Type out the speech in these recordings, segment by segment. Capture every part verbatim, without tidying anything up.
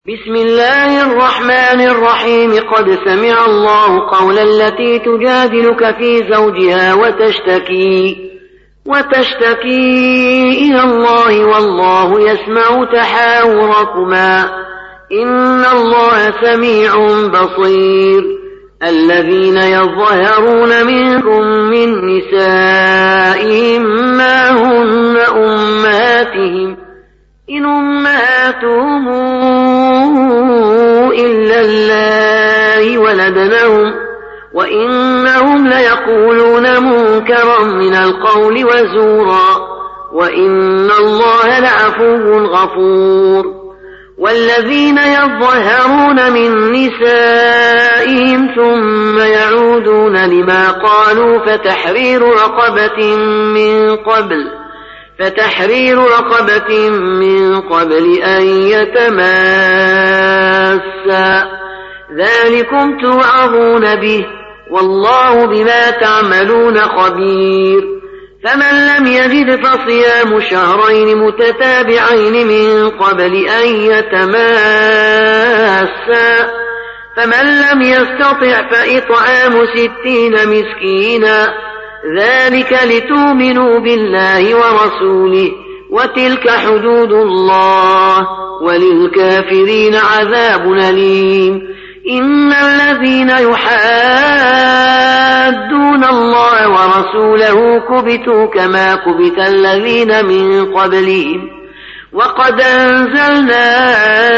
بسم الله الرحمن الرحيم. قد سمع الله قول التي تجادلك في زوجها وتشتكي وتشتكي إلى الله والله يسمع تحاوركما إن الله سميع بصير. الذين يظهرون منكم من نسائهم ما هن أمهاتهم إن أمهاتهم إلا الله ولدنهم وإنهم ليقولون منكرا من القول وزورا وإن الله لعفو غفور. والذين يظهرون من نسائهم ثم يعودون لما قالوا فتحرير رقبة من قبل فتحرير رقبة من قبل أن يتماسا ذلكم توعظون به والله بما تعملون خبير. فمن لم يجد فصيام شهرين متتابعين من قبل أن يتماسا فمن لم يستطع فإطعام ستين مسكينا ذلك لتؤمنوا بالله ورسوله وتلك حدود الله وللكافرين عذاب أليم. إن الذين يحادون الله ورسوله كبتوا كما كبت الذين من قبلهم وقد أنزلنا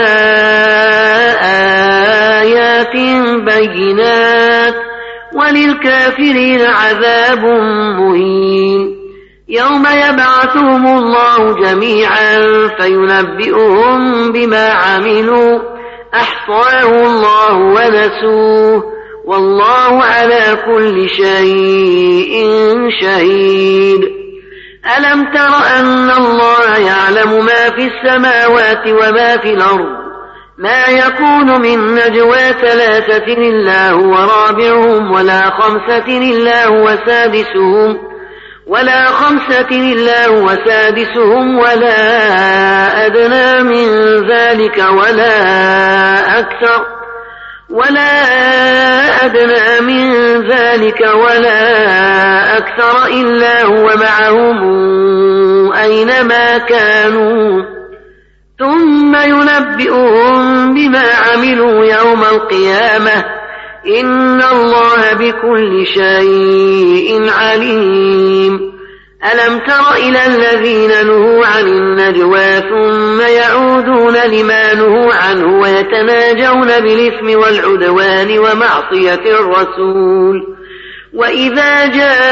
آيات بينات وللكافرين عذاب مهين. يوم يبعثهم الله جميعا فينبئهم بما عملوا أحصاه الله ونسوه والله على كل شيء شهيد. ألم تر أن الله يعلم ما في السماوات وما في الأرض ما يكون من نجوى ثلاثة إلا هو رابعهم ولا خمسة إلا هو سادسهم ولا خمسة إلا هو سادسهم ولا أدنى من ذلك ولا أكثر ولا أدنى من ذلك ولا أكثر إلا هو معهم أينما كانوا ثم ينبئهم بما عملوا يوم القيامة إن الله بكل شيء عليم. ألم تر إلى الذين نهوا عن النجوى ثم يعودون لما نهوا عنه ويتناجون بالإثم والعدوان ومعصية الرسول وإذا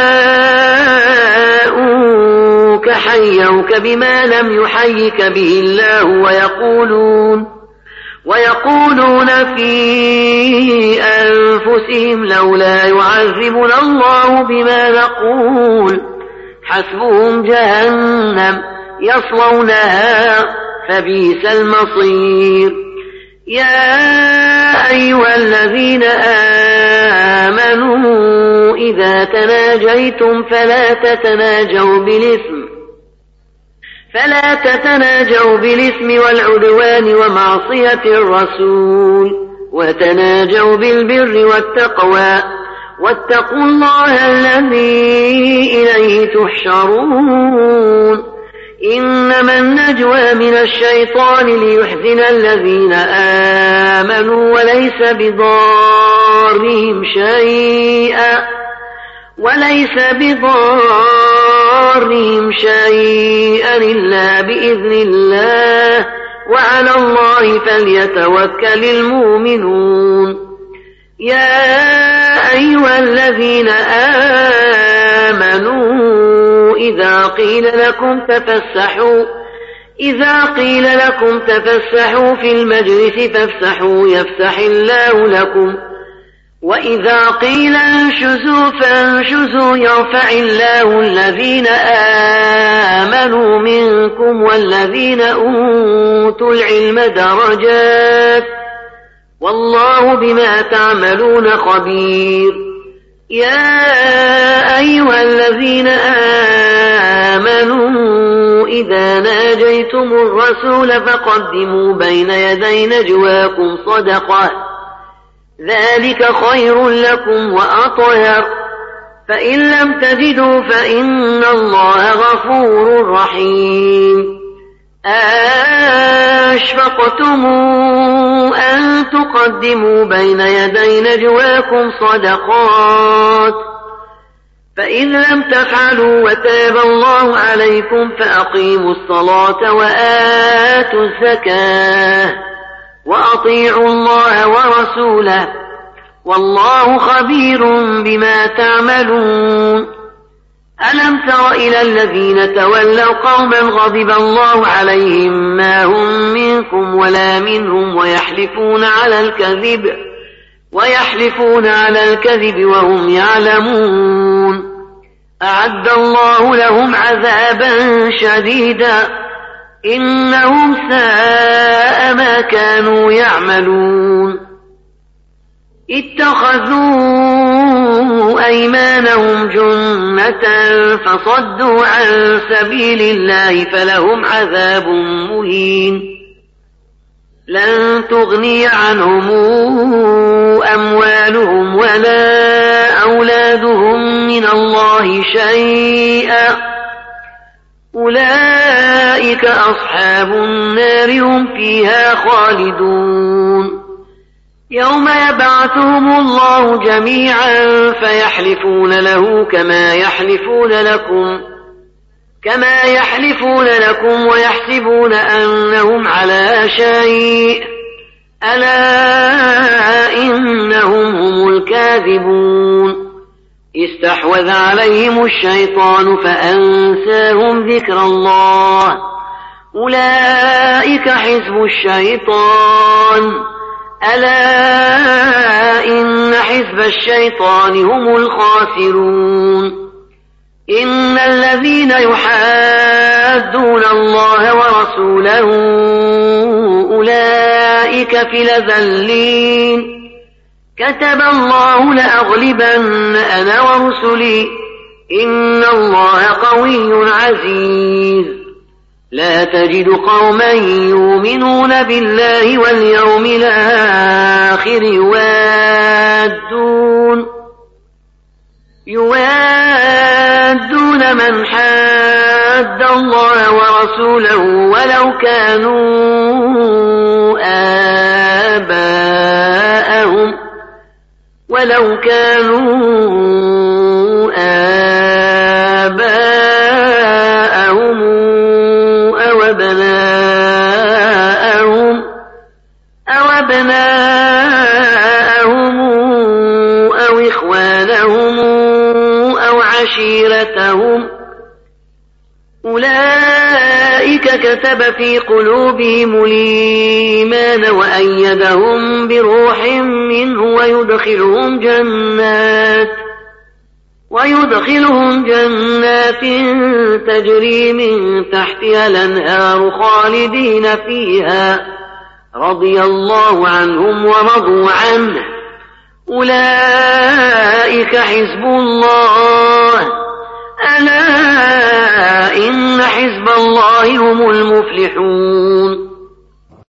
جاءوك حيوك بما لم يحيك به الله ويقولون ويقولون في أنفسهم لولا يعذبنا الله بما نقول حسبهم جهنم يصلونها فبئس المصير. يا أيها الذين آمنوا إذا تناجيتم فلا تتناجوا بالإثم فلا تتناجوا بالإثم والعدوان ومعصية الرسول وتناجوا بالبر والتقوى واتقوا الله الذي إليه تحشرون. إنما النجوى من الشيطان ليحزن الذين آمنوا وليس بضارهم شيئا وليس بضارهم شيئا إلا بإذن الله وعلى الله فليتوكل المؤمنون. يا أيها الذين آمنوا إذا قيل لكم تفسحوا إذا قيل لكم تفسحوا في المجلس فافسحوا يفسح الله لكم وإذا قيل انشزوا فانشزوا يرفع الله الذين آمنوا منكم والذين أوتوا العلم درجات والله بما تعملون خبير. يا أيها الذين آمنوا إذا ناجيتم الرسول فقدموا بين يدي نجواكم صدقة ذلك خير لكم وأطهر فإن لم تجدوا فإن الله غفور رحيم أشفقتم أن تقدموا بين يدي نجواكم صدقات فإن لم تفعلوا وتاب الله عليكم فأقيموا الصلاة وآتوا الزكاة وأطيعوا الله ورسوله والله خبير بما تعملون ألم تر إلى الذين تولوا قوما غضب الله عليهم ما هم منكم ولا منهم ويحلفون على الكذب ويحلفون على الكذب وهم يعلمون أعد الله لهم عذابا شديدا إنهم ساء ما كانوا يعملون اتخذوا أيمانهم جنة فصدوا عن سبيل الله فلهم عذاب مهين لن تغني عنهم أموالهم ولا أولادهم من الله شيئا أولئك أصحاب النار هم فيها خالدون يوم يبعثهم الله جميعا فيحلفون له كما يحلفون لكم كما يحلفون لكم ويحسبون أنهم على شيء ألا إنهم هم الكاذبون استحوذ عليهم الشيطان فأنساهم ذكر الله أولئك حزب الشيطان ألا إن حزب الشيطان هم الخاسرون إن الذين يحادون الله ورسوله أولئك في الأذلين كتب الله لأغلبن أنا ورسلي إن الله قوي عزيز لا تجد قوما يؤمنون بالله واليوم الآخر يوادون يوادون من حاد الله ورسوله ولو كانوا آباءهم ولو كانوا آباءهم أو أبناءهم أو أبناءهم أو إخوانهم أو عشيرتهم أولئك كتب في قلوبهم الإيمان وأيدهم بروح منه ويدخلهم جنات ويدخلهم جنات تجري من تحتها الأنهار خالدين فيها رضي الله عنهم ورضوا عنه أولئك حزب الله ألا إن حزب الله هم المفلحون